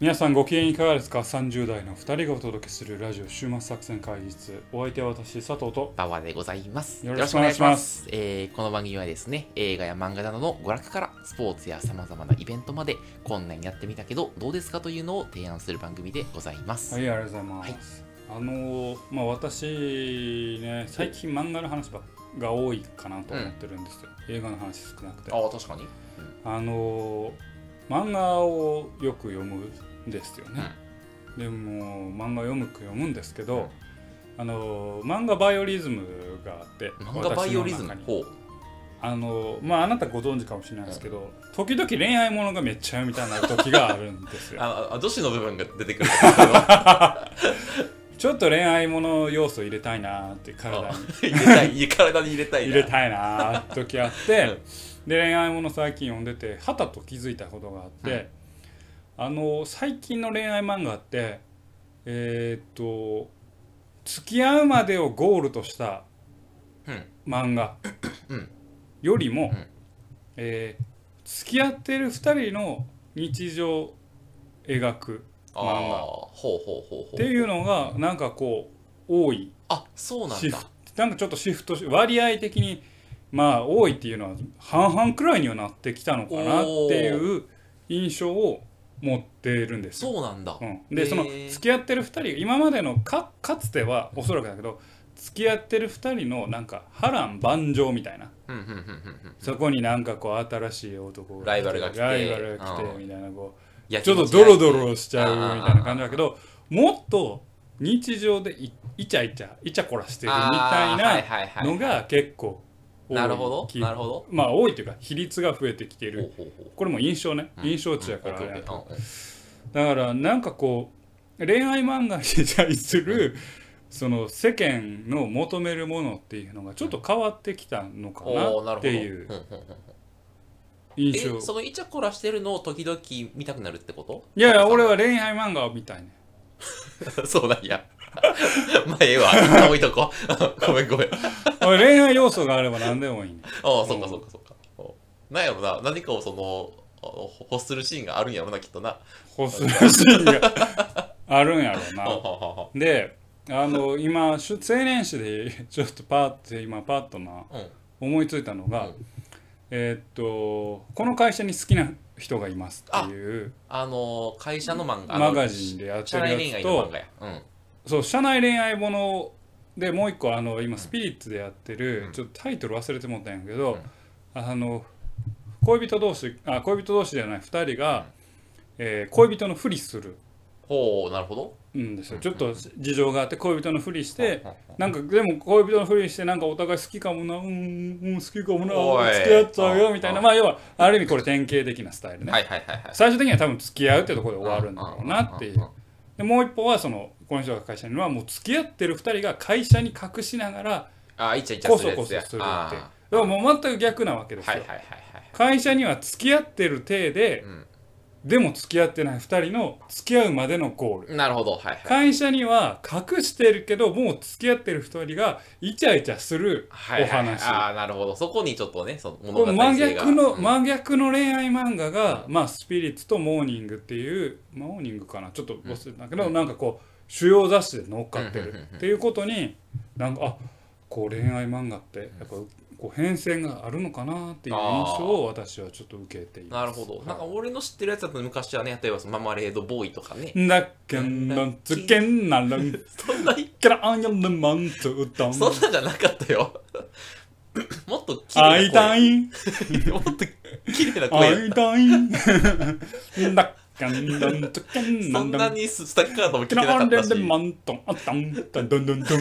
皆さんご機嫌いかがですか？ 30 代の2人がお届けするラジオ週末作戦会議室。お相手は私佐藤とバワでございます。 よろしくお願いします。 この番組はですね、映画や漫画などの娯楽からスポーツや様々なイベントまでこんなにやってみたけどどうですかというのを提案する番組でございます。 はい、ありがとうございます。私ね、最近漫画の話が多いかなと思ってるんですよ。映画の話少なくて。 確かに。 漫画をよく読むんですよね。でも漫画読むんですけど、漫画バイオリズムがあって、 漫画バイオリズム。 あなたご存知かもしれないですけど、時々恋愛ものがめっちゃ読みたいな時があるんですよ。 女子の部分が出てくる。 ちょっと恋愛もの要素入れたいなって体に入れたいな時あって、で恋愛もの最近読んでてはたと気づいたことがあって、最近の恋愛漫画って付き合うまでをゴールとした漫画よりも、付き合ってる2人の日常を描く漫画っていうのがなんかこう多い。 そうなんだ。 なんかちょっとシフト割合的に多いっていうのは半々くらいにはなってきたのかなっていう印象を持っているんですよ。 そうなんだ。 でその付き合ってる2人今までのかつてはおそらくだけど付き合ってる2人のなんか波乱万丈みたいな、そこになんかこう新しい男がライバルが来てみたいなこうちょっとドロドロしちゃうみたいな感じだけど、もっと日常でイチャコラしてるみたいなのが結構多い。 なるほど。 多いというか比率が増えてきてる。これも印象値やからね。だからなんかこう恋愛漫画に対するその世間の求めるものっていうのがちょっと変わってきたのかなっていう印象。 そのイチャコラしてるのを時々見たくなるってこと？ いや俺は恋愛漫画を見たいね。 そうなんや。ええわ。置いとこう。ごめん。 恋愛要素があれば何でもいいね。 そうか。なんやろな、何かを欲するシーンがあるんやろな、きっとな。 欲するシーンがあるんやろうな。で、今青年誌でちょっとパッとな、思いついたのが、この会社に好きな人がいますっていう会社の漫画マガジンでやってるやつと、そう社内恋愛ものでもう一個今スピリッツでやってる、ちょっとタイトル忘れてもったんやけど、恋人同士じゃない2人が、恋人のふりする。 なるほど。 ですよ。ちょっと事情があって恋人のふりして、なんかでも恋人のふりしてなんかお互い好きかもな、好きかもな、付き合っちゃうよみたいな、要はある意味これ典型的なスタイルね。最終的には多分付き合うってところで終わるんだろうなっていう。でもう一方はこの人が会社にはもう付き合ってる2人が会社に隠しながらイチャイチこそャするやつこそするっていう。でももう全く逆なわけですよ。会社には付き合ってる体で、でも付き合ってない2人の付き合うまでのゴール。 なるほど。 会社には隠してるけどもう付き合ってる2人がイチャイチャするお話。 なるほど。そこにちょっとね、 物語性が真逆の恋愛漫画が、スピリッツとモーニングっていうモーニングかなちょっと忘れたけど、なんかこう主要雑誌で乗っかってるっていうことになんかこう恋愛漫画ってやっぱこう変遷があるのかなっていう印象を私はちょっと受けています。 なるほど。なんか俺の知ってるやつだと昔はね、例えばママレードボーイとかね。 だけんなんつけんならん。 そんなにキャラアンヤンのマンツータン。 そんなんじゃなかったよ。もっと綺麗な声。会いたい。 もっと綺麗な声。 会いたい。だけんなんつけんならん。 そんなにスタッカートも聞けなかったし。 キャラアンヤンのマントンあったんだんだんだんだん。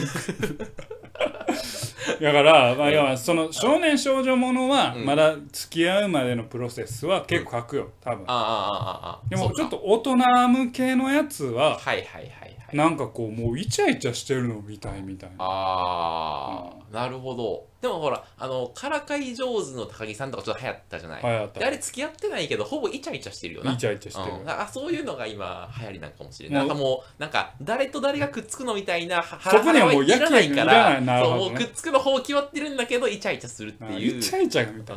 だから要はその少年少女ものはまだ付き合うまでのプロセスは結構書くよ多分。でもちょっと大人向けのやつはなんかこうもうイチャイチャしてるのみたいな。 なるほど。でもほらからかい上手の高木さんとかちょっと流行ったじゃない。であれ付き合ってないけどほぼイチャイチャしてるよな。 イチャイチャしてる。 そういうのが今流行りなんかもしれない。なんかもうなんか誰と誰がくっつくのみたいなそこにはもういらないから、 もうくっつくの方決まってるんだけどイチャイチャするっていう。 イチャイチャがみたいな。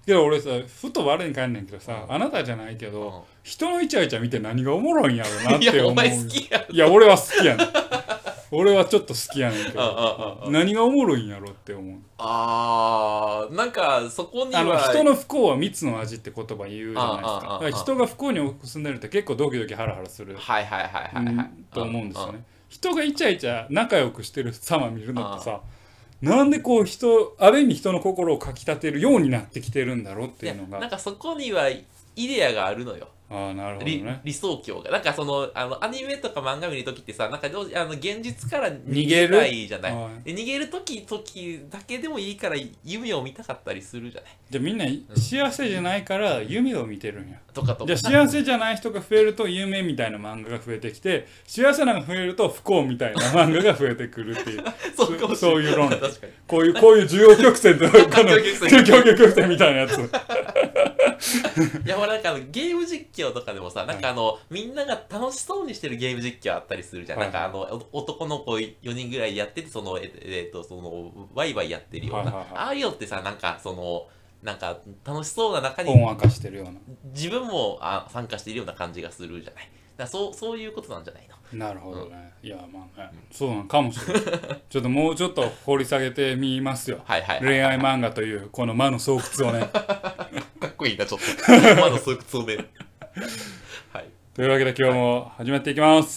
けど俺さふと我に返んねんけどさ、あなたじゃないけど、人のイチャイチャ見て何がおもろいんやろなって思う。 いやお前好きやいや俺は好きやねん。俺はちょっと好きやねんけど何がおもろいんやろって思う。 なんかそこには人の不幸は蜜の味って言葉言うじゃないですか。だから人が不幸に進んでるって結構ドキドキハラハラすると思うんですよね。人がイチャイチャ仲良くしてる様見るのってさ、なんでこうある意味人の心をかきたてるようになってきてるんだろうっていうのが、 なんかそこにはイデアがあるのよ。 なるほどね。 理想郷がなんかアニメとか漫画見るときってさ、なんか現実から逃げないじゃない。で逃げる時だけでもいいから夢を見たかったりするじゃない。 じゃあみんな幸せじゃないから夢を見てるんや。 とかじゃあ幸せじゃない人が増えると夢みたいな漫画が増えてきて、幸せなのが増えると不幸みたいな漫画が増えてくるっていうそういう論理。こういう需要曲線と究極曲線みたいなやつ。 いやなんかゲーム実況とかでもさ、なんかみんなが楽しそうにしてるゲーム実況あったりするじゃん。なんか男の子4人ぐらいやってて、ワイワイやってるような、ああいうのってさ、なんかなんか楽しそうな中にほんわかしてるような、 自分も参加しているような感じがするじゃない。だからそういうことなんじゃないの。 なるほどね。いやまあね、そうなのかもしれない。ちょっともうちょっと掘り下げてみますよ。恋愛漫画というこの魔の巣窟をね。 かっこいいなちょっと。魔の巣窟をね。 はい。というわけで今日も始めていきます。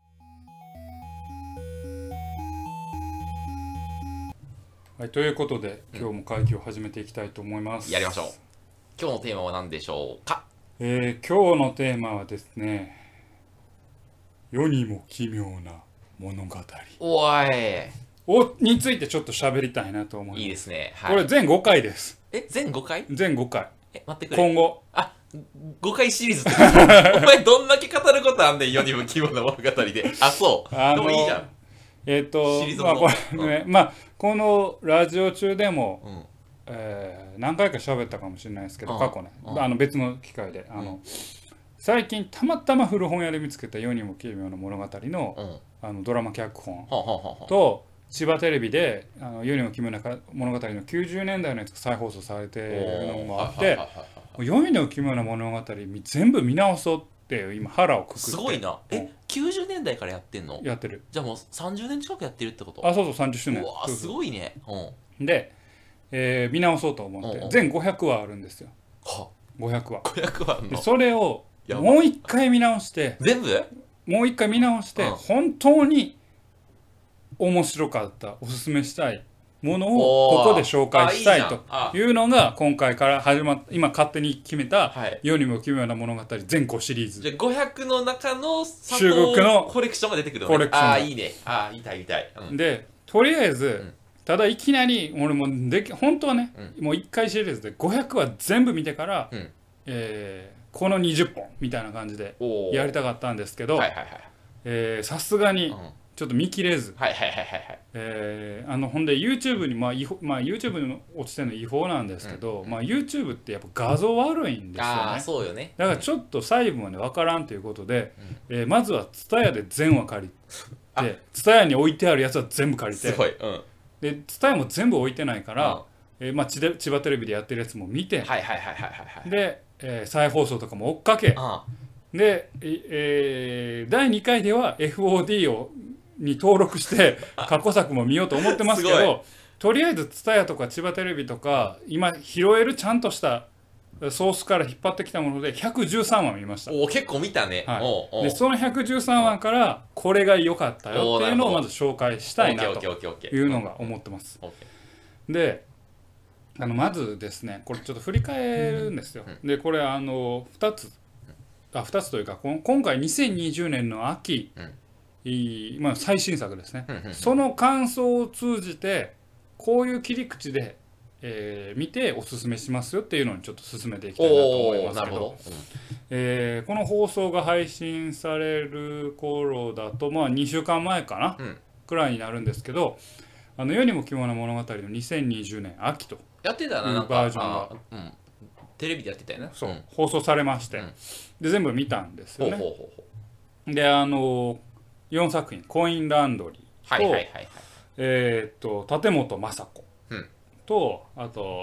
はい、ということで今日も会議を始めていきたいと思います。 やりましょう。今日のテーマは何でしょうか。 今日のテーマはですね、世にも奇妙な物語についてちょっと喋りたいなと思います。 いいですね。 これ全5回です。 全5回？ 全5回。 待ってくれ。 今後。 5回シリーズってお前どんだけ語ることあんねん、世にも奇妙な物語で。そう。でもいいじゃん。 このラジオ中でも、何回か喋ったかもしれないですけど、過去ね、別の機会で最近たまたま古本屋で見つけた世にも奇妙な物語の、ドラマ脚本と千葉テレビで世にも奇妙な物語の90年代のやつが再放送されてるのもあって、世にも奇妙な物語全部見直そうって今腹をくくって。 すごいな。90年代からやってんの？ やってる。 じゃあもう30年近くやってるってこと？ そう30周年。 うわすごいね。 で見直そうと思って全500話あるんですよ。500話。 500話あるの？ それをもう一回見直して、もう一回見直して、本当に面白かったおすすめしたいものをここで紹介したいというのが今回から今勝手に決めた世にも奇妙な物語全5シリーズ。 じゃあ500の中の珠玉のコレクションが出てくるのね。 コレクション。 いいね。見たい。 でとりあえず、ただいきなり俺も本当はね、もう1回シリーズで500話全部見てから、この20本みたいな感じでやりたかったんですけど、さすがにちょっと見切れず、ほんで YouTube にYouTube に落ちてるの違法なんですけど、YouTube ってやっぱ画像悪いんですよね。 そうよね。 だからちょっと細部まで分からんということで、まずは TSUTAYA で全話借りて、TSUTAYA に置いてあるやつは全部借りて、で TSUTAYA も全部置いてないから、千葉テレビでやってるやつも見て、で再放送とかも追っかけ、で、第2回では FOD に登録して過去作も見ようと思ってますけど、とりあえず TSUTAYA とか千葉テレビとか今拾えるちゃんとしたソースから引っ張ってきたもので113話見ました。 結構見たね。 でその113話からこれが良かったよっていうのをまず紹介したいなというのが思ってます。でまずですね、これちょっと振り返るんですよ。でこれ2つというか今回2020年の秋、最新作ですね。その感想を通じてこういう切り口で、見ておすすめしますよっていうのにちょっと進めていきたいなと思いますけど、この放送が配信される頃だと2週間前かな、くらいになるんですけど、世にも奇妙な物語の2020年秋とやってたな、なんかバージョンがテレビでやってたよね。 放送されまして、で全部見たんですよね。で4作品「コインランドリー」と立本雅子とあと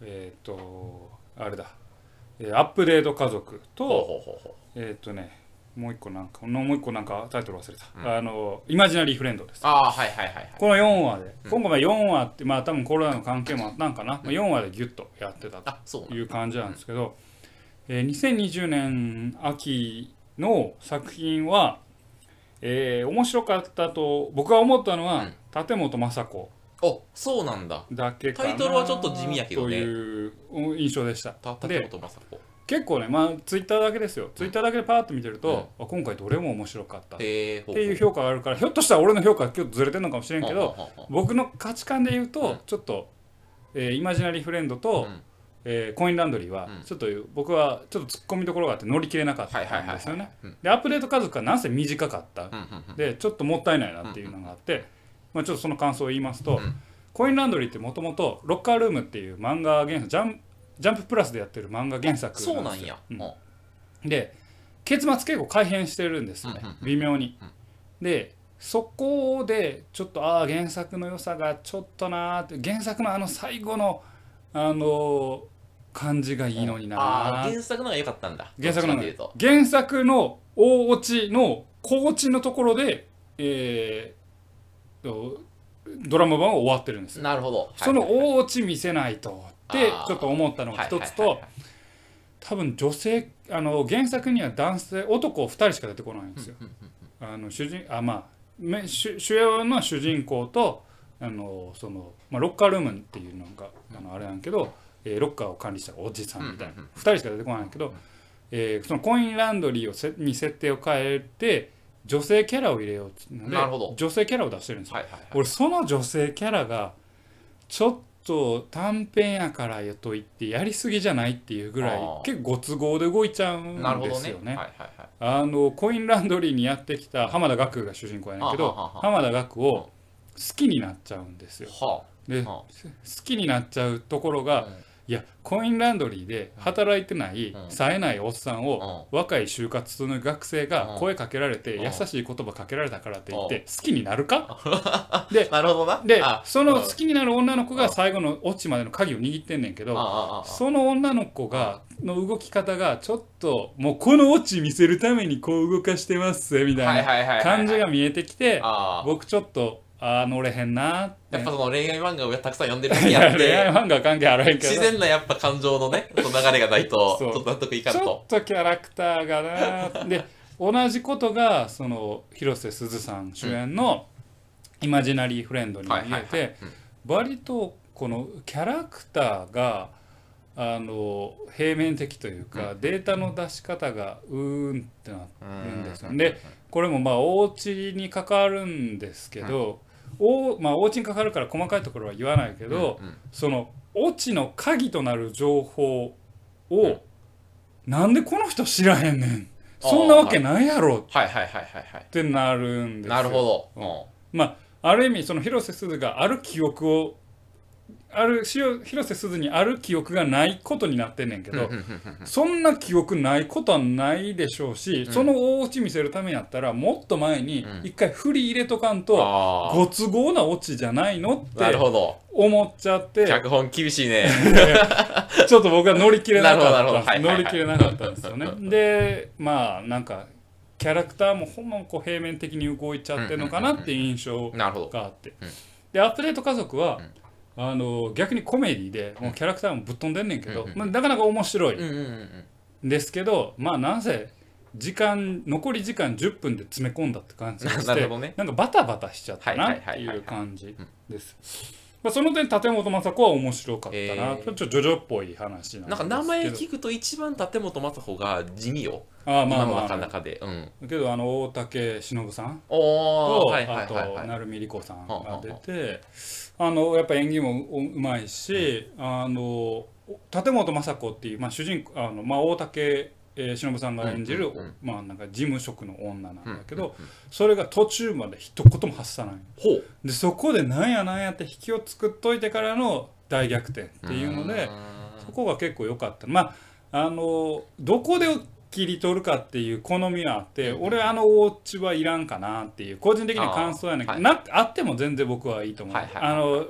あれだ、アップデート家族と、もう一個なんかタイトル忘れた、イマジナリーフレンドです。 ああ、はいはいはいはい。 この4話で、今回4話ってまあ多分コロナの関係もあったんかな、4話でギュッとやってたという感じなんですけど、2020年秋の作品は、面白かったと僕が思ったのは、立本雅子そうなんだだけかなタイトルはちょっと地味やけどねという印象でした。 立本雅子結構ね、まあツイッターだけですよ。ツイッターだけでパーッと見てると、今回どれも面白かったっていう評価があるから、ひょっとしたら俺の評価がちょっとずれてるのかもしれんけど、僕の価値観で言うと、ちょっと、イマジナリーフレンドと、コインランドリーはちょっと僕はちょっと突っ込みどころがあって乗り切れなかったんですよね。でアップデート家族はなんせ短かった、でちょっともったいないなっていうのがあって、まあ、ちょっとその感想を言いますと、コインランドリーってもともとロッカールームっていう漫画原作ジャンププラスでやってる漫画原作なんですよ。で結末結構改変してるんですよね、微妙に。でそこでちょっと原作の良さがちょっとなーって、原作の最後の感じがいいのになー。 原作のが良かったんだ。 原作の大オチの小オチのところで、ドラマ版は終わってるんですよ。 なるほど。 その大オチ見せないとってちょっと思ったのが一つと、多分女性原作には男2人しか出てこないんですよ。主要の主人公とロッカールームっていうのがあれなんけど、ロッカーを管理したおじさんみたいな2人しか出てこないんだけど、そのコインランドリーに設定を変えて女性キャラを入れようっていうので女性キャラを出してるんですよ。俺その女性キャラがちょっと短編やからと言ってやりすぎじゃないっていうぐらい結構ご都合で動いちゃうんですよね。コインランドリーにやってきた浜田岳が主人公やねんけど、浜田岳を好きになっちゃうんですよ。で好きになっちゃうところが、いやコインランドリーで働いてない冴えないおっさんを若い就活中の学生が声かけられて優しい言葉かけられたからって言って好きになるかで、 なるほどな。 でその好きになる女の子が最後のオチまでの鍵を握ってんねんけど、その女の子の動き方がちょっともうこのオチ見せるためにこう動かしてますみたいな感じが見えてきて、僕ちょっと乗れへんなって。 やっぱその恋愛漫画をたくさん読んでるだけあって恋愛漫画は関係あるへんけど自然なやっぱ感情のね流れがないとちょっと納得いかんと。 ちょっとキャラクターがなで同じことがその広瀬すずさん主演の「イマジナリーフレンド」にも言えて、割とこのキャラクターが平面的というか、データの出し方がってなるんですよ。でこれもまあお家に関わるんですけど、お家に関わるから細かいところは言わないけど、そのお家の鍵となる情報をなんでこの人知らへんねん、そんなわけないやろってなるんですよ。 なるほど。 まあある意味その広瀬すずがある記憶を広瀬すずにある記憶がないことになってんねんけど、そんな記憶ないことはないでしょうし、その大オチ見せるためやったらもっと前に一回振り入れとかんとご都合なオチじゃないのって思っちゃって、 脚本厳しいねちょっと僕は乗り切れなかったんですよね。でまあなんかキャラクターもほんまこう平面的に動いちゃってるのかなっていう印象があって、でアップデート家族は逆にコメディでもうキャラクターもぶっ飛んでんねんけど、なかなか面白いんですけど、まあなんせ残り時間10分で詰め込んだって感じがして、なんかバタバタしちゃったなっていう感じです。その点立本雅子は面白かったな、ちょっとジョジョっぽい話なんですけど、 なんか名前聞くと一番立本雅子が地味よ。 今の中で。 けど大竹しのぶさんとあと成海莉子さんが出て、やっぱ演技もうまいし、立本雅子っていう、主人公大竹しのぶさんが演じるなんか事務職の女なんだけど、それが途中まで一言も発さない。でそこでなんやって引きを作っといてからの大逆転っていうので、そこが結構良かった。どこで切り取るかっていう好みはあって、俺お家はいらんかなっていう個人的な感想やねんけど、あっても全然僕はいいと思う。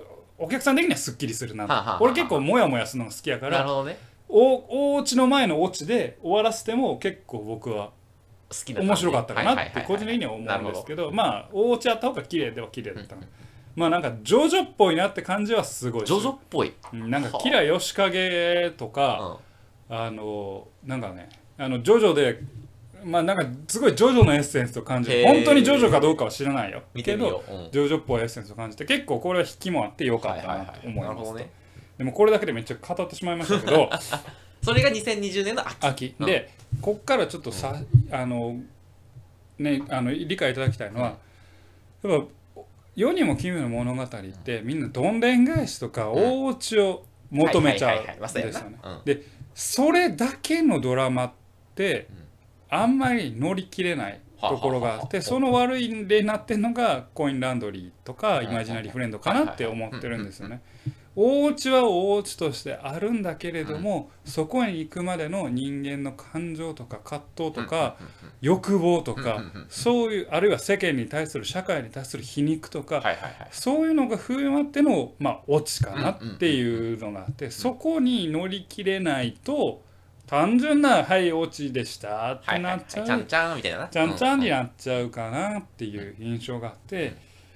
お客さん的にはすっきりするなと。 はあはあはあ俺結構モヤモヤするのが好きやかなるら、 ほどね。 お家の前のオチで終わらせても結構僕は好きな感じ面白かったかなって個人的にはなるほど思うんですけど、まあお家あった方が綺麗では綺麗だったな。まあなんかジョジョっぽいなって感じはすごい。 ジョジョっぽい。 なんかキラヨシカゲとか、なんかね、ジョジョで、まあなんかすごいジョジョのエッセンスと感じる。本当にジョジョかどうかは知らないよ。 見てみよう。 ジョジョっぽいエッセンスを感じて、結構これは引きもあってよかったなと思いますと。 ね。 でもこれだけでめっちゃ語ってしまいましたけど、 それが2020年の秋。で、こっからちょっと理解いただきたいのは、やっぱ世にも奇妙な物語ってみんなどんでん返しとか大オチを求めちゃうんですよね。でそれだけのドラマってあんまり乗り切れないところがあって、その悪い例になってるのがコインランドリーとかイマジナリーフレンドかなって思ってるんですよね。大オチは大オチとしてあるんだけれども、そこに行くまでの人間の感情とか葛藤とか欲望とか、そういうあるいは世間に対する社会に対する皮肉とか、そういうのが増えまってのオチかなっていうのがあって、そこに乗り切れないと単純な「はいオチでした」ってなっちゃう、 ちゃんちゃんみたいな、 ちゃんちゃんになっちゃうかなっていう印象があって、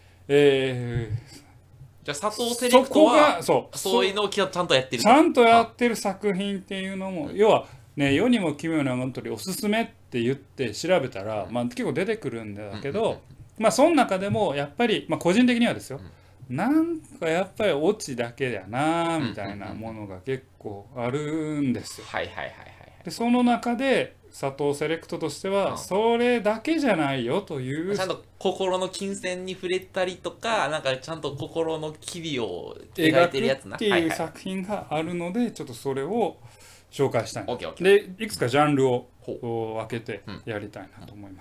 じゃあ佐藤セレクトはそういうのをちゃんとやってる、 ちゃんとやってる作品っていうのも、要はね、世にも奇妙な物語おすすめって言って調べたら、結構出てくるんだけど、その中でもやっぱり、個人的にはですよ、なんかやっぱりオチだけだなみたいなものが結構あるんですよ。でその中で佐藤セレクトとしてはそれだけじゃないよという、 ちゃんと心の金銭に触れたりとか、なんかちゃんと心の機微を描いてるやつなっていう作品があるので、ちょっとそれを紹介したい。でいくつかジャンルを分けてやりたいなと思います。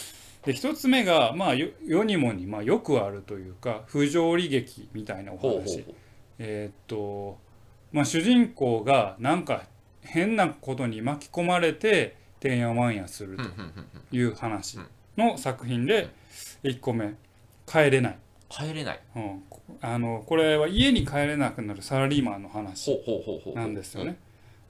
で一つ目が世にもによくあるというか不条理劇みたいなお話。主人公がなんか変なことに巻き込まれててんやわんやするという話の作品で、1個目帰れない。これは家に帰れなくなるサラリーマンの話なんですよね。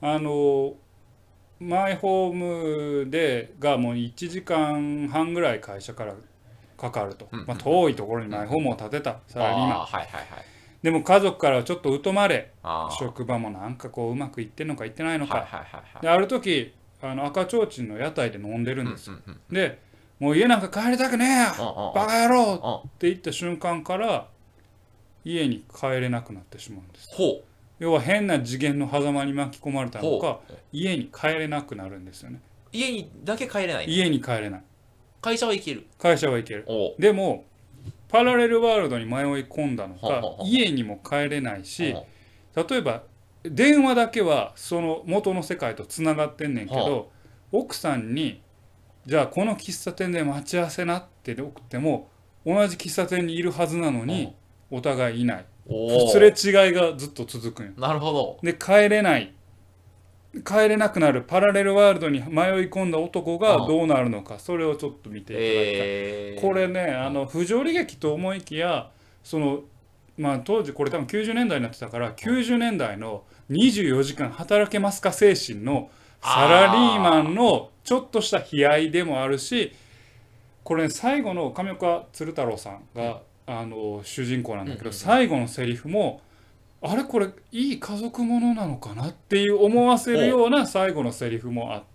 マイホームがもう1時間半ぐらい会社からかかると、遠いところにマイホームを建てたサラリーマン。でも家族からはちょっと疎まれ、職場もなんかこううまくいってんのかいってないのか。である時赤ちょうちんの屋台で飲んでるんですよ。でもう家なんか帰りたくねえよバカ野郎って言った瞬間から家に帰れなくなってしまうんです。要は変な次元の狭間に巻き込まれたのか、家に帰れなくなるんですよね。 家にだけ帰れない。 家に帰れない。 会社は行ける。 会社は行ける。でもパラレルワールドに迷い込んだのか、家にも帰れないし、例えば電話だけはその元の世界とつながってんねんけど、奥さんにじゃあこの喫茶店で待ち合わせなって送っても同じ喫茶店にいるはずなのにお互いいない。すれ違いがずっと続くんよ。 なるほど。 で帰れなくなるパラレルワールドに迷い込んだ男がどうなるのか、それをちょっと見ていただきたい。これね、不条理劇と思いきや当時これ多分90年代になってたから、90年代の24時間働けますか精神のサラリーマンのちょっとした悲哀でもあるし、これ、最後の上岡鶴太郎さんが主人公なんだけど、最後のセリフもあれこれいい家族ものなのかなっていう思わせるような最後のセリフもあって、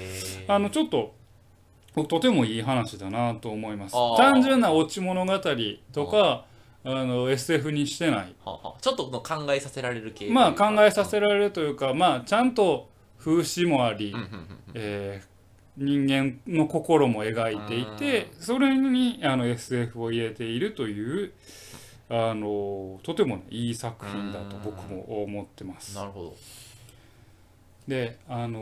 ちょっととてもいい話だなと思います。単純なオチ物語とかSF にしてない、 ちょっと考えさせられる系、 考えさせられるというか、ちゃんと風刺もあり、人間の心も描いていて、それにSF を入れているというとても、いい作品だと僕も思ってます。 なるほど。 で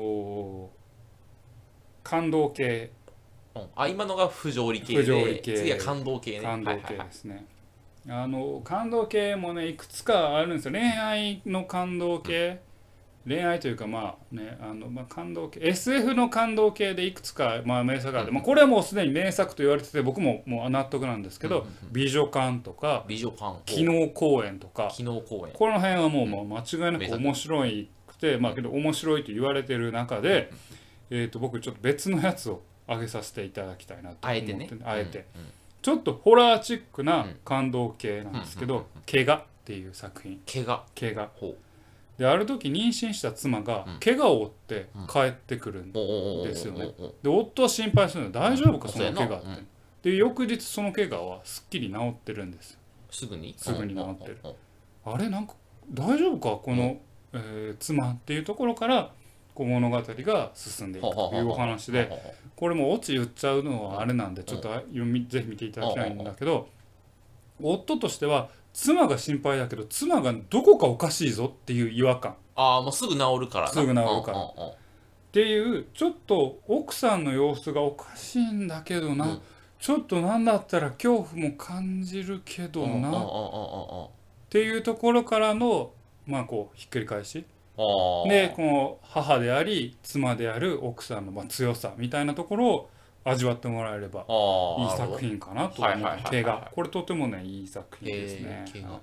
感動系、 今のが不条理系で、次は感動系ね。 感動系ですね。感動系もねいくつかあるんですよ。恋愛の感動系、 恋愛というかまあね感動系 SF の感動系でいくつか名作があって、これはもうすでに名作と言われてて僕ももう納得なんですけど、美女館とか機能公園とかこの辺はもう間違いなく面白くてけど面白いと言われてる中で、僕ちょっと別のやつを挙げさせていただきたいなと思って、あえてちょっとホラーチックな感動系なんですけど「怪我」っていう作品。怪我である時妊娠した妻が怪我を負って帰ってくるんですよね。で夫は心配するの大丈夫かその怪我って。で翌日その怪我はすっきり治ってるんですよ。すぐに治ってる。あれなんか大丈夫かこの妻っていうところからこう物語が進んでいくというお話で、これもオチ言っちゃうのはあれなんでちょっとぜひ見ていただきたいんだけど、夫としては妻が心配だけど妻がどこかおかしいぞっていう違和感。 もうすぐ治るからっていうちょっと奥さんの様子がおかしいんだけどな、ちょっとなんだったら恐怖も感じるけどなっていうところからのこうひっくり返しで、この母であり妻である奥さんの強さみたいなところを味わってもらえればいい作品かなと思う。怪我これとてもねいい作品ですね。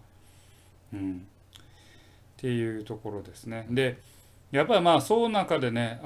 っていうところですね。でやっぱりその中でね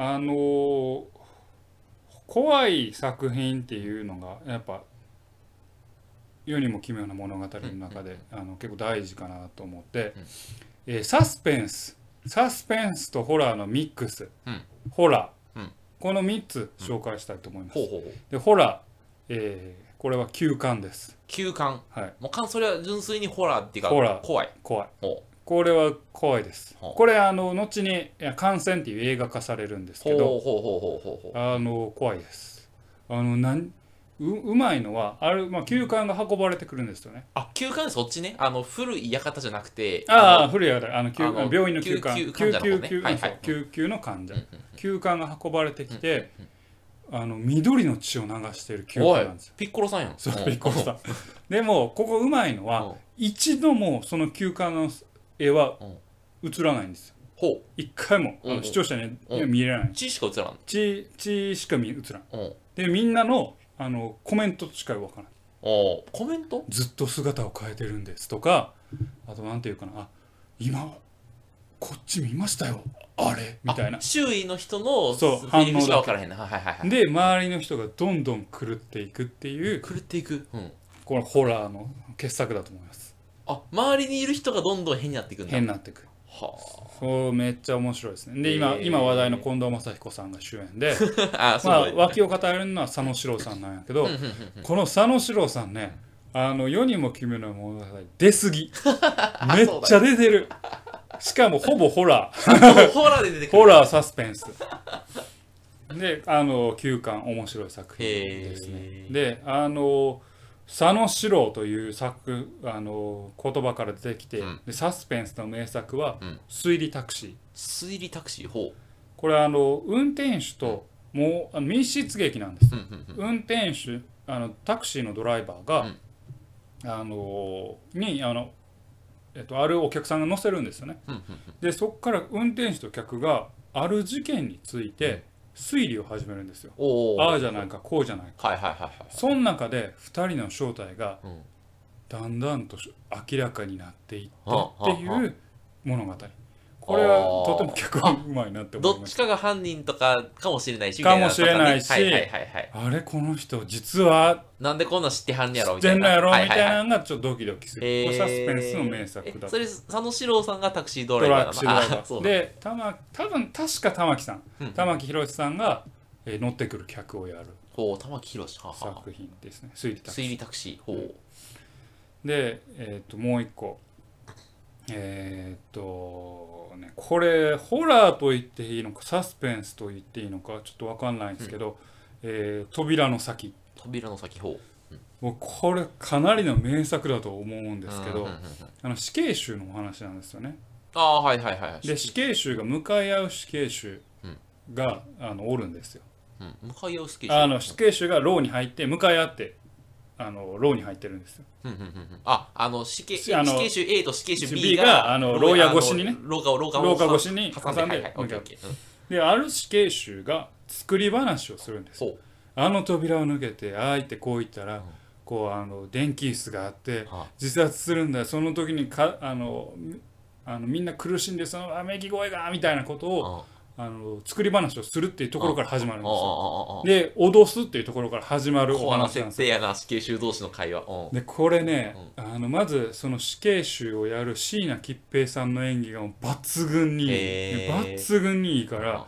怖い作品っていうのがやっぱ世にも奇妙な物語の中で結構大事かなと思って、サスペンスとホラーのミックス、ホラー、この3つ紹介したいと思います。でホラー、これは旧館です。 旧館、もうそれは純粋にホラーっていうか怖いこれは怖いです。これ後に「感染」っていう映画化されるんですけど怖いです。うまいのは旧館が運ばれてくるんですよね。 旧館そっちね。古い館じゃなくて古い館病院の旧館救急の患者旧館が運ばれてきて緑の血を流している旧館なんですよ。 ピッコロさんやん。 そうピッコロさんでもここうまいのは一度もその旧館の絵は映らないんですよ。一回も視聴者には見れない。 血しか映らん。 血しか映らん。でみんなのコメントしか分からない。 コメントずっと姿を変えてるんですとか、あとなんていうかな、今こっち見ましたよあれみたいな周囲の人の反応しか分からへんな。 で周りの人がどんどん狂っていくっていうこのホラーの傑作だと思います。 周りにいる人がどんどん変になっていくんだ。 変になっていく。そうめっちゃ面白いですね。で今話題の近藤正彦さんが主演で脇を語れるのは佐野史郎さんなんやけどこの佐野史郎さんね世にも奇妙な物語出過ぎめっちゃ出てる。しかもほぼホラーホラーで出てくる。 ホラーサスペンスで旧館面白い作品ですね。で佐野史郎という言葉から出てきて、でサスペンスの名作は推理タクシー。これ運転手ともう密室劇なんです。運転手タクシーのドライバーがあるお客さんが乗せるんですよね。でそこから運転手と客がある事件について推理を始めるんですよ。ああじゃないかこうじゃないか。その中で2人の正体がだんだんと明らかになっていってっていう物語。これはとても脚本うまいなって思いました。 どっちかが犯人とかかもしれないしあれこの人実はなんでこんな知ってはんやろみたいなのがちょっとドキドキするサスペンスの名作だ。 それ佐野史郎さんがタクシードライバーなの。 で多分確か玉木さん玉木宏さんが乗ってくる客をやる玉木宏作品ですね。推理タクシーでもう一個これホラーと言っていいのかサスペンスと言っていいのかちょっと分かんないんですけど、扉の先これかなりの名作だと思うんですけど死刑囚のお話なんですよね。で死刑囚が向かい合う死刑囚がおるんですよ。 向かい合う死刑囚死刑囚が牢に入って向かい合って牢に入ってるんですよ。 死刑囚 A と死刑囚 B が牢屋越しにね、 廊下越しに挟んで、である死刑囚が作り話をするんです。あの扉を抜けてああ言ってこう言ったら、こう電気室があって自殺するんだ、その時にみんな苦しんでそのわめき声がみたいなことを作り話をするっていうところから始まるんですよ。で脅すっていうところから始まるお話なんですよ。 設定やな、死刑囚同士の会話。 でこれね、まずその死刑囚をやる椎名桔平さんの演技が抜群にいいから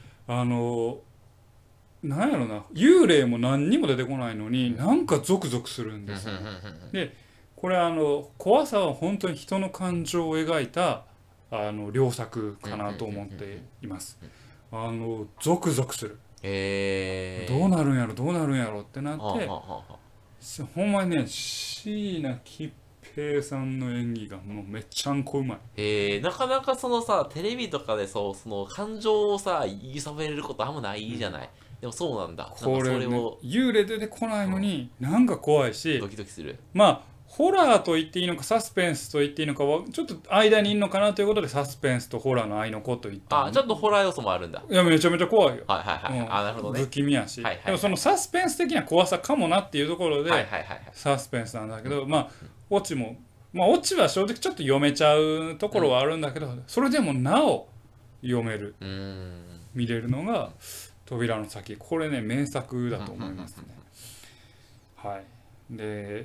なんやろな、幽霊も何にも出てこないのになんかゾクゾクするんですよ。でこれ怖さは本当に人の感情を描いた良作かなと思っています。ゾクゾクする。どうなるんやろってなって、ほんまにね椎名桔平さんの演技がもうめちゃんこうまい。 なかなかそのさテレビとかでその感情をさ揺さぶれることあんまないじゃない。でもそうなんだ。 これ、ね、幽霊出てこないのになんか怖いし、 ドキドキする。 まあホラーと言っていいのかサスペンスと言っていいのかはちょっと間にいるのかなということでサスペンスとホラーの合いの子と言った。 ちょっとホラー要素もあるんだ。 いやめちゃめちゃ怖いよ。 なるほどね。 不気味やし、でもそのサスペンス的な怖さかもなっていうところでサスペンスなんだけど、まあオチは正直ちょっと読めちゃうところはあるんだけど、それでもなお読める、見れるのが扉の先。これね名作だと思いますね。はいで、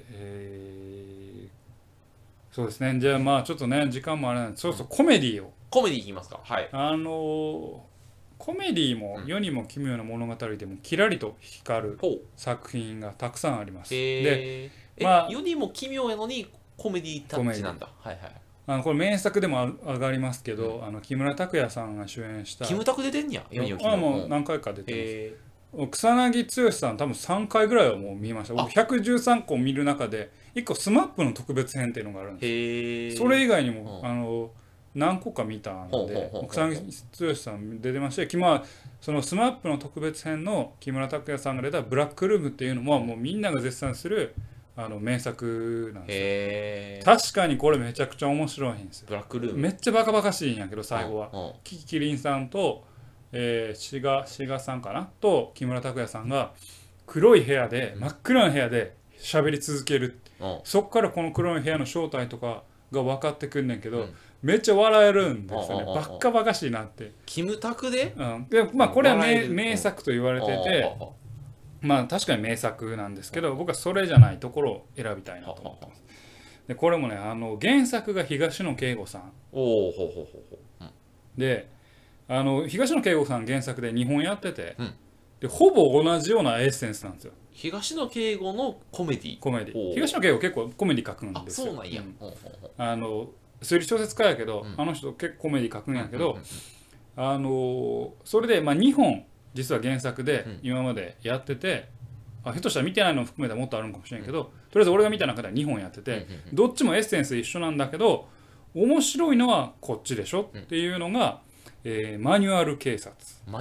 そうですね。じゃあまあちょっとね時間もあれなんで、そうそうコメディいきますか。はい。 コメディも世にも奇妙な物語でもキラリと光る作品がたくさんあります。で、 世にも奇妙やのにコメディタッチなんだ。はいはい。 これ名作でも上がりますけど、木村拓哉さんが主演したキムタク出てんや。世にも奇妙。 もう何回か出てます。草薙剛さん多分3回ぐらいはもう見ました。僕113個見る中で1個 SMAP の特別編っていうのがあるんです。それ以外にも何個か見たので草薙剛さん出てまして、その SMAP の特別編の木村拓哉さんが出たブラックルームっていうのももうみんなが絶賛する名作なんですよ。確かにこれめちゃくちゃ面白いんですよ。 ブラックルームめっちゃバカバカしいんやけど最後はキキリンさんと志賀さんかなと木村拓哉さんが黒い部屋で真っ暗な部屋で喋り続ける。そっからこの黒い部屋の正体とかが分かってくんねんけど、めっちゃ笑えるんですよね。バッカバカしいなって。 キムタクで、 でこれは名作と言われてて、まあ確かに名作なんですけど、僕はそれじゃないところを選びたいなと思ってます。でこれもね原作が東野圭吾さんで、東野圭吾さん原作で日本やってて、でほぼ同じようなエッセンスなんですよ。 東野圭吾のコメディ。 東野圭吾結構コメディ書くんですよ。 そうなんや。 推理小説家やけど、あの人結構コメディ書くんやけど、それで2本実は原作で今までやってて、ひょっとしたら見てないのも含めたらもっとあるのかもしれんけど、とりあえず俺が見た中では2本やってて、どっちもエッセンス一緒なんだけど面白いのはこっちでしょっていうのが、マニュアル警察。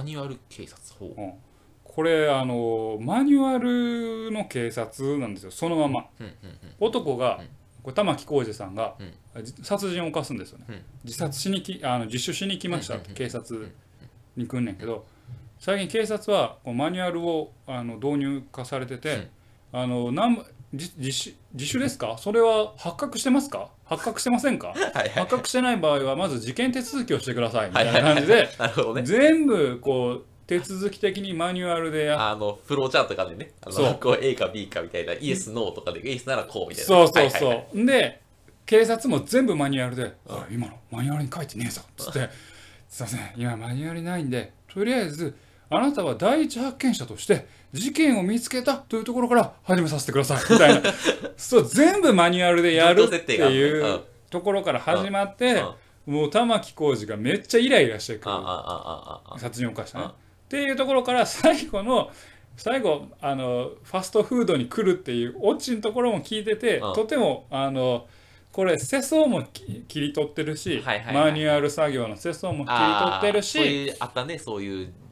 これマニュアルの警察なんですよ。そのまま男がこれ玉置浩二さんが殺人を犯すんですよね。自首しに来ましたって警察に来んねんけど、最近警察はこうマニュアルを導入化されてて、自首ですか、それは発覚してますか、発覚してませんか、発覚してない場合はまず事件手続きをしてくださいみたいな感じで全部こう手続き的にマニュアルでフローチャートとかでね、こう A か B かみたいな、イエスノーとかでイエスならこうみたいな。 そうで警察も全部マニュアルで「今のマニュアルに書いてねえぞ」っつって「すいません今マニュアルないんでとりあえずあなたは第一発見者として事件を見つけたというところから始めさせてください」みたいなそう全部マニュアルでやるっていうところから始まって、もう玉置浩二がめっちゃイライラしてくる、殺人を犯したねっていうところから最後ファストフードに来るっていうオチのところも聞いてて、とてもこれ世相も切り取ってるし、マニュアル作業の世相も切り取ってるし、 あったね、そういう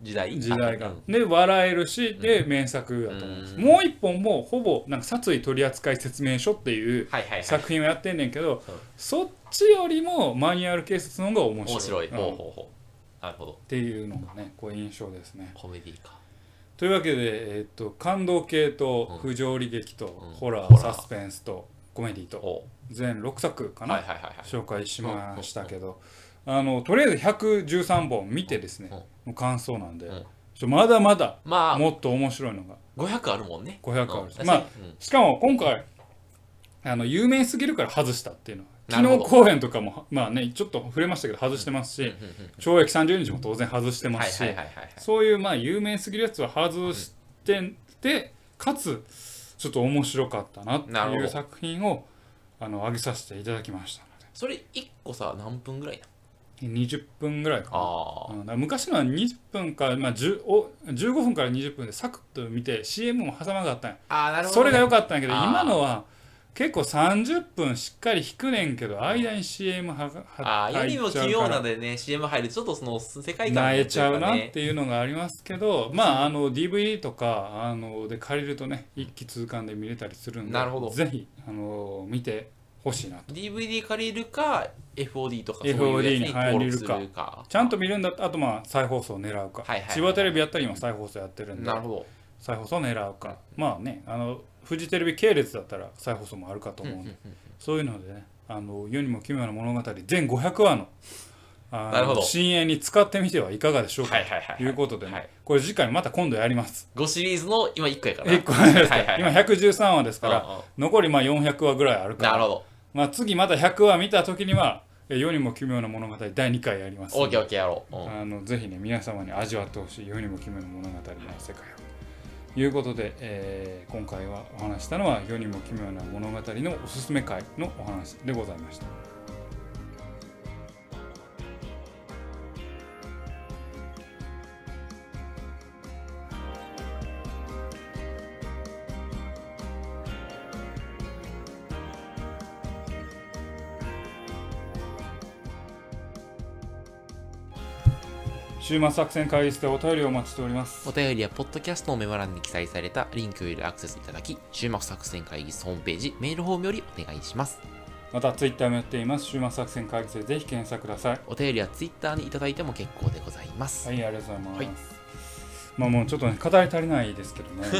時代がで笑えるし、で名作だと思うんです。もう一本もほぼなんか殺意取扱説明書っていう作品をやってんねんけど、そっちよりもマニュアル警察の方が面白い。 ほうほうほう、なるほどっていうのがねこう印象ですね。 コメディか。 というわけで、感動系と不条理劇とホラー、サスペンスとコメディと全6作かな紹介しましたけど、とりあえず113本見てですねの感想なんで、まだまだもっと面白いのが 500あるもんね。 500あるし、しかも今回有名すぎるから外したっていうのは、昨日公演とかもまあねちょっと触れましたけど外してますし、懲役30日も当然外してますし、そういうまあ有名すぎるやつは外してて、かつちょっと面白かったなっていう作品を上げさせていただきましたので。 それ1個さ何分ぐらいな ？20分ぐらいかな。昔のは20分か、まあ、15分から20分でサクッと見て CM も挟まなかったんや。 なるほどね、 それが良かったんやけど、今のは結構30分しっかり引くねんけど、間に CM 入っちゃうから、 世にも奇妙なでね CM 入るとちょっとその世界観なえちゃうなっていうのがありますけど、まあDVD とかで借りるとね一気通貫で見れたりするんで、ぜひ見てほしいなと。 DVD 借りるか FOD とかそういう FOD にやつに登録す入れるるか、 ちゃんと見るんだったら、あとまあ再放送を狙うか、千葉テレビやったら今再放送やってるんで、 なるほど、 再放送を狙うか、まあねフジテレビ系列だったら再放送もあるかと思うんで、そういうのでね世にも奇妙な物語全500話の深淵に使ってみてはいかがでしょうかということでね、これ次回また今度やります。 5シリーズの今1個やから 1個ですから今113話ですから、残りまあ400話ぐらいあるから、 なるほど、 まあ次また100話見た時には世にも奇妙な物語第2回やりますので、 オッケーやろう、 ぜひね皆様に味わってほしい世にも奇妙な物語の世界をということで、今回はお話したのは世にも奇妙な物語のおすすめ回のお話でございました。週末作戦会議室でお便りをお待ちしております。 お便りはポッドキャストのメモ欄に記載されたリンクよりアクセスいただき、週末作戦会議室ホームページメールフォームよりお願いします。 またツイッターもやっています。週末作戦会議室でぜひ検索ください。 お便りはツイッターにいただいても結構でございます。 はい、ありがとうございます。まあもうちょっとね語り足りないですけどね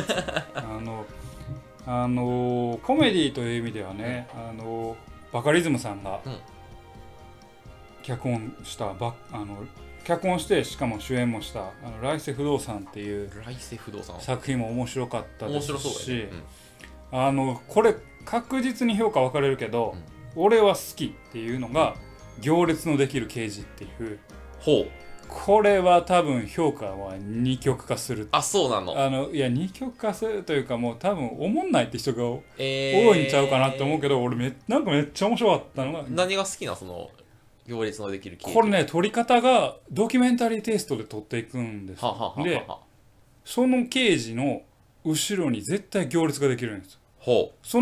コメディという意味ではね、バカリズムさんが脚本した脚本してしかも主演もした来世不動産っていう作品も面白かったですし、これ確実に評価分かれるけど、俺は好きっていうのが行列のできる刑事っていう、これは多分評価は二極化する。 そうなの？ いや二極化するというか、もう多分思んないって人が多いんちゃうかなって思うけど、俺なんかめっちゃ面白かったのが。 何が好きなその行列のできる刑事？ これね撮り方がドキュメンタリーテイストで撮っていくんです。でその刑事の後ろに絶対行列ができるんです。そ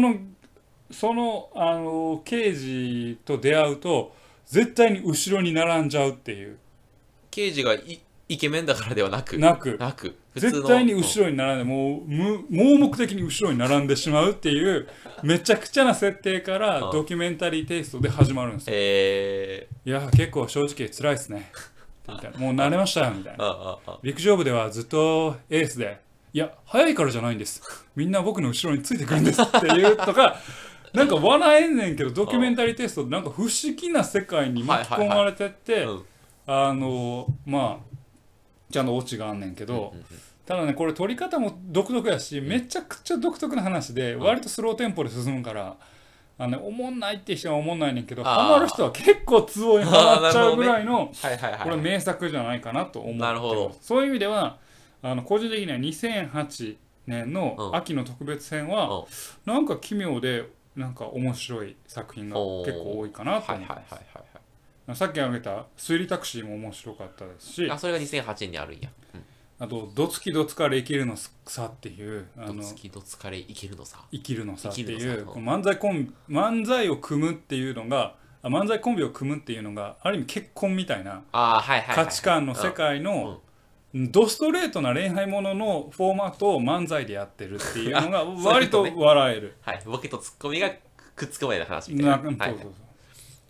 の刑事と出会うと絶対に後ろに並んじゃうっていう。 刑事がイケメンだからではなく絶対に後ろに並んでもう盲目的に後ろに並んでしまうっていうめちゃくちゃな設定からドキュメンタリーテイストで始まるんですよ。いや結構正直辛いですねみたいな、もう慣れましたよみたいな陸上部ではずっとエースで、いや速いからじゃないんです、みんな僕の後ろについてくるんですっていうとかなんか笑えんねんけど、ドキュメンタリーテイストでなんか不思議な世界に巻き込まれてってまあちゃんとオチがあんねんけど、ただねこれ撮り方も独特やし、めちゃくちゃ独特な話で割とスローテンポで進むからおもんないって人はおもんないねんけど、ハマる人は結構ツボにハマっちゃうぐらいのこれ名作じゃないかなと思ってます。そういう意味では個人的には2008年の秋の特別編はなんか奇妙でなんか面白い作品が結構多いかなと思います。さっき挙げた推理タクシーも面白かったですし、 それが2008年にあるんや。 あとどつきどつかれ生きるのさっていうどつきどつかれ生きるのさっていう漫才を組むっていうのが漫才コンビを組むっていうのがある意味結婚みたいな価値観の世界のドストレートな恋愛もののフォーマットを漫才でやってるっていうのが割と笑える。 はい、ボケとツッコミがくっつくまでの話みたいな。 そうそうそう。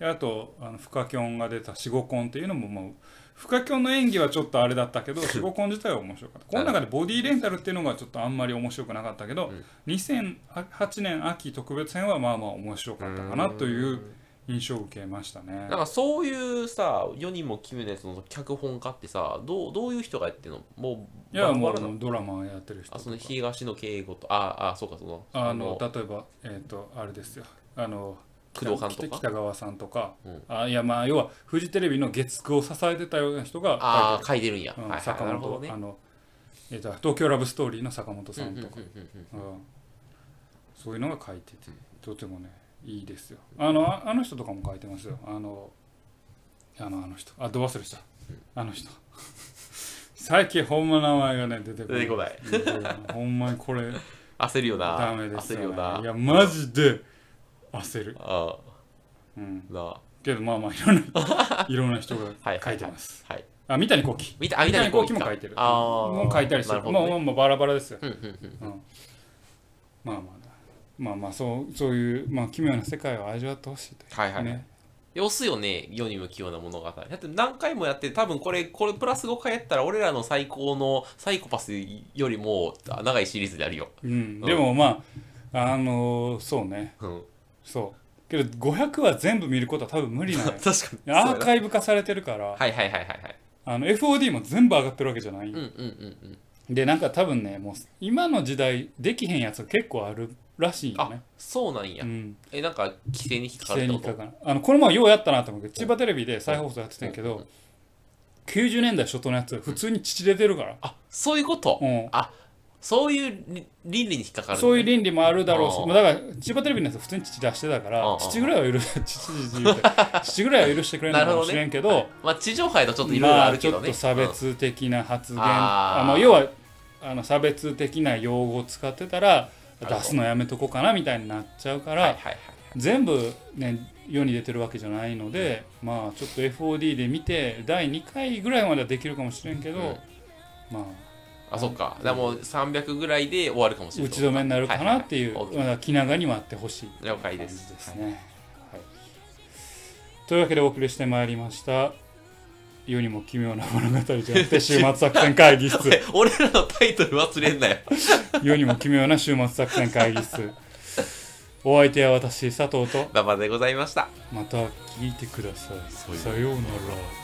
あとフカキョンが出たシゴコンっていうのももうフカキョンの演技はちょっとあれだったけどシゴコン自体は面白かった。この中でボディレンタルっていうのがちょっとあんまり面白くなかったけど、2008年秋特別編はまあまあ面白かったかなという印象を受けましたね。 なんかそういうさ世にも奇妙なやつの脚本家ってさどういう人がやってるの？もういやもうドラマやってる人とか。 その東野圭吾とそうか例えばあれですよ工藤さんとか北川さんとか、いやまあ要はフジテレビの月9を支えてたような人が書いてるんや。 坂本、東京ラブストーリーの坂本さんとかそういうのが書いててとてもねいいですよ。あの人とかも書いてますよ。あの人ど忘れしたあの人最近ほんま名前がね出てこないほんまにこれ焦るよな。 ダメですよね。 焦るよな。 いやマジで焦る。けどまあまあいろんな人が書いてます。三谷幸喜。三谷幸喜も書いてる。もう書いたりしてる。もうバラバラですよ。まあそういう奇妙な世界を味わってほしいというね。 押すよね世にも奇妙な物語。だって何回もやって多分これプラス5回やったら俺らの最高のサイコパスよりも長いシリーズであるよ。 でもまあそうね。そうけど500は全部見ることは多分無理なのよ。 確かにアーカイブ化されてるからFOD も全部上がってるわけじゃない。でなんか多分ねもう今の時代できへんやつが結構あるらしいよね。 そうなんや。なんか規制に引っかかるってこと？ この前ようやったなと思うけど千葉テレビで再放送やってたんやけど90年代初頭のやつ普通に父出てるから。 そういうこと？そういう倫理に引っかかる、 そういう倫理もあるだろうし、だから千葉テレビのやつ普通に父出してたから父ぐらいは父ぐらいは許してくれるのかもしれんけど、 地上波だとちょっといろいろあるけどね。 ちょっと差別的な発言、要は差別的な用語を使ってたら出すのやめとこうかなみたいになっちゃうから全部ね世に出てるわけじゃないので、ちょっと FOD で見て第2回ぐらいまではできるかもしれんけど、 そっか。でも300ぐらいで終わるかもしれない。 打ち止めになるかなっていう、気長に待ってほしい。 了解ですね。というわけでお送りしてまいりました世にも奇妙な物語じゃなくて週末作戦会議室俺らのタイトル忘れんなよ世にも奇妙な週末作戦会議室。お相手は私佐藤と馬場でございました。 また聞いてください。さようなら。